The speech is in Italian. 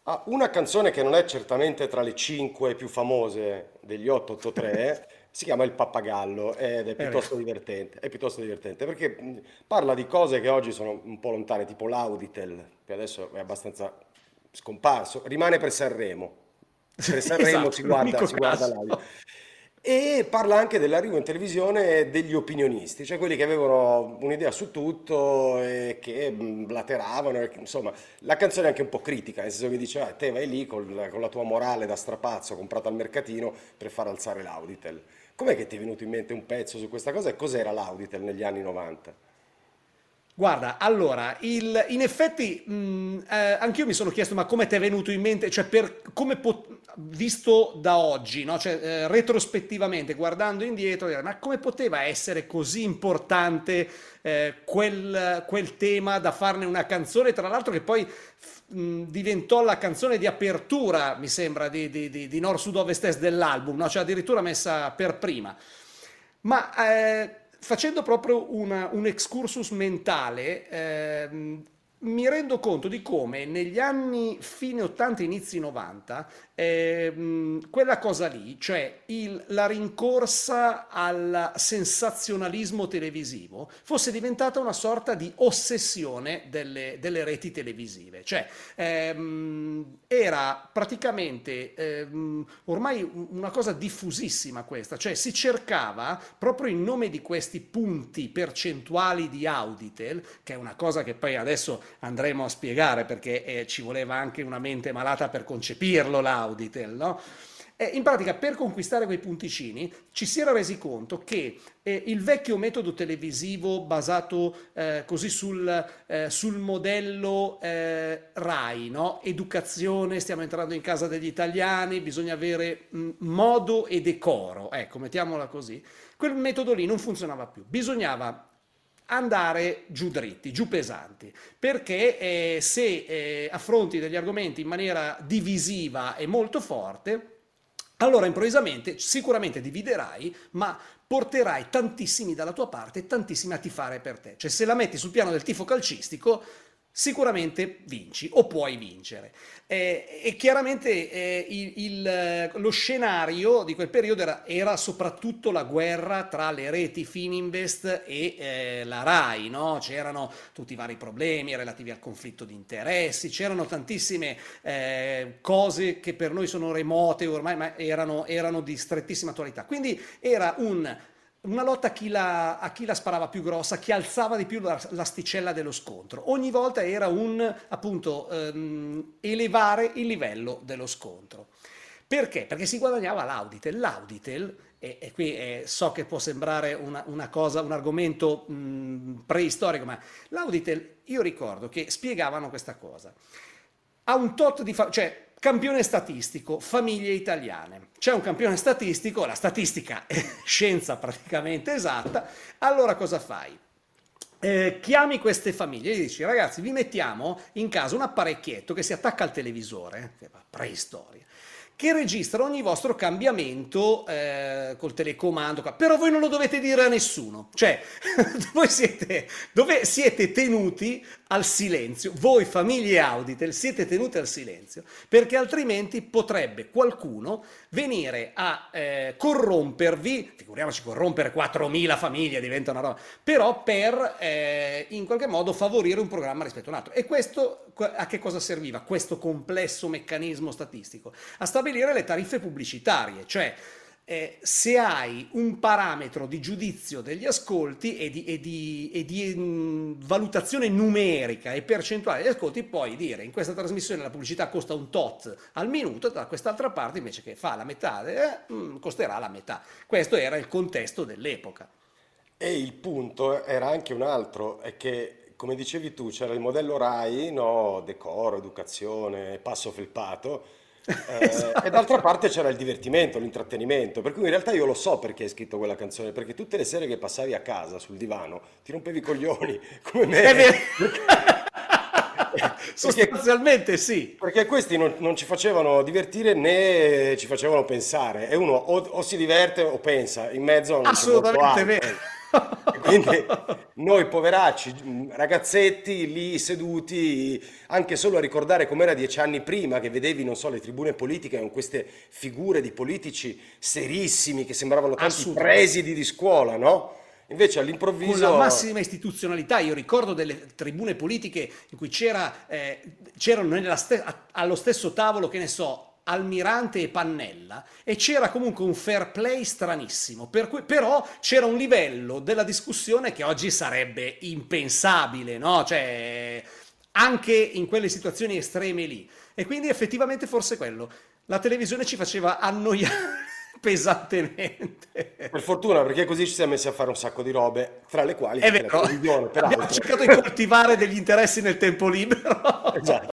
Ha una canzone che non è certamente tra le 5 più famose degli 883, si chiama Il Pappagallo ed è Eh beh. piuttosto divertente perché parla di cose che oggi sono un po' lontane, tipo l'Auditel, che adesso è abbastanza scomparso, rimane per Sanremo Esatto, l'unico si guarda l'audio. caso. E parla anche dell'arrivo in televisione degli opinionisti, cioè quelli che avevano un'idea su tutto e che blateravano, insomma, la canzone è anche un po' critica, nel senso che dice, te vai lì con la tua morale da strapazzo comprata al mercatino per far alzare l'Auditel. Com'è che ti è venuto in mente un pezzo su questa cosa e cos'era l'Auditel negli anni 90? Guarda, allora, in effetti anch'io mi sono chiesto ma come ti è venuto in mente, cioè visto da oggi, no? Cioè, retrospettivamente, guardando indietro, dire, ma come poteva essere così importante quel tema da farne una canzone, tra l'altro che poi diventò la canzone di apertura, mi sembra, di Nord, Sud, Ovest, Est dell'album, no? Cioè addirittura messa per prima. Ma facendo proprio un excursus mentale, mi rendo conto di come negli anni fine 80, inizi 90, quella cosa lì, cioè la rincorsa al sensazionalismo televisivo, fosse diventata una sorta di ossessione delle reti televisive. Cioè, era praticamente ormai una cosa diffusissima questa, cioè si cercava proprio in nome di questi punti percentuali di Auditel, che è una cosa che poi adesso andremo a spiegare perché ci voleva anche una mente malata per concepirlo l'Auditel, no? In pratica per conquistare quei punticini ci si era resi conto che il vecchio metodo televisivo basato così sul modello RAI, no? Educazione, stiamo entrando in casa degli italiani, bisogna avere modo e decoro, ecco, mettiamola così. Quel metodo lì non funzionava più, bisognava andare giù dritti, giù pesanti, perché se affronti degli argomenti in maniera divisiva e molto forte, allora improvvisamente sicuramente dividerai, ma porterai tantissimi dalla tua parte e tantissimi a tifare per te. Cioè se la metti sul piano del tifo calcistico, sicuramente vinci o puoi vincere. E chiaramente lo scenario di quel periodo era soprattutto la guerra tra le reti Fininvest e la RAI, no? C'erano tutti i vari problemi relativi al conflitto di interessi, c'erano tantissime cose che per noi sono remote ormai, ma erano di strettissima attualità. Quindi era una lotta a chi la sparava più grossa, a chi alzava di più l'asticella dello scontro. Ogni volta era appunto, elevare il livello dello scontro. Perché? Perché si guadagnava l'Auditel. L'Auditel, e qui so che può sembrare una cosa, un argomento preistorico, ma l'Auditel, io ricordo che spiegavano questa cosa. Ha un tot cioè campione statistico, famiglie italiane. C'è un campione statistico, la statistica è scienza praticamente esatta, allora cosa fai? Chiami queste famiglie e gli dici ragazzi vi mettiamo in casa un apparecchietto che si attacca al televisore, preistoria, che registra ogni vostro cambiamento col telecomando, però voi non lo dovete dire a nessuno, cioè dove siete tenuti al silenzio, voi famiglie Auditel siete tenuti al silenzio, perché altrimenti potrebbe qualcuno venire a corrompervi, figuriamoci corrompere 4.000 famiglie diventa una roba, però per in qualche modo favorire un programma rispetto a un altro. E questo a che cosa serviva? Questo complesso meccanismo statistico? A stabilire le tariffe pubblicitarie, cioè se hai un parametro di giudizio degli ascolti e di valutazione numerica e percentuale degli ascolti, puoi dire in questa trasmissione la pubblicità costa un tot al minuto, da quest'altra parte invece che fa la metà, costerà la metà. Questo era il contesto dell'epoca. E il punto era anche un altro, è che, come dicevi tu, c'era il modello RAI, no? Decoro, educazione, passo felpato, e d'altra Esatto. parte c'era il divertimento, l'intrattenimento, per cui in realtà io lo so perché hai scritto quella canzone, perché tutte le sere che passavi a casa sul divano ti rompevi i coglioni, come È me, vero. perché, Sostanzialmente sì. perché questi non ci facevano divertire né ci facevano pensare, e uno o si diverte o pensa, in mezzo non c'è molto Assolutamente altro, vero. ecco. E quindi noi poveracci, ragazzetti lì seduti, anche solo a ricordare com'era 10 anni prima, che vedevi, non so, le tribune politiche con queste figure di politici serissimi che sembravano tanti Assolutamente. presidi di scuola, no? Invece Con la all'improvviso, massima istituzionalità. Io ricordo delle tribune politiche in cui c'erano allo stesso tavolo, che ne so, Almirante e Pannella, e c'era comunque un fair play stranissimo, però c'era un livello della discussione che oggi sarebbe impensabile, no? Cioè, anche in quelle situazioni estreme lì. E quindi effettivamente forse quello. La televisione ci faceva annoiare pesantemente. per fortuna, perché così ci siamo messi a fare un sacco di robe, tra le quali È anche la vero, televisione, abbiamo peraltro. cercato di coltivare degli interessi nel tempo libero. Esatto.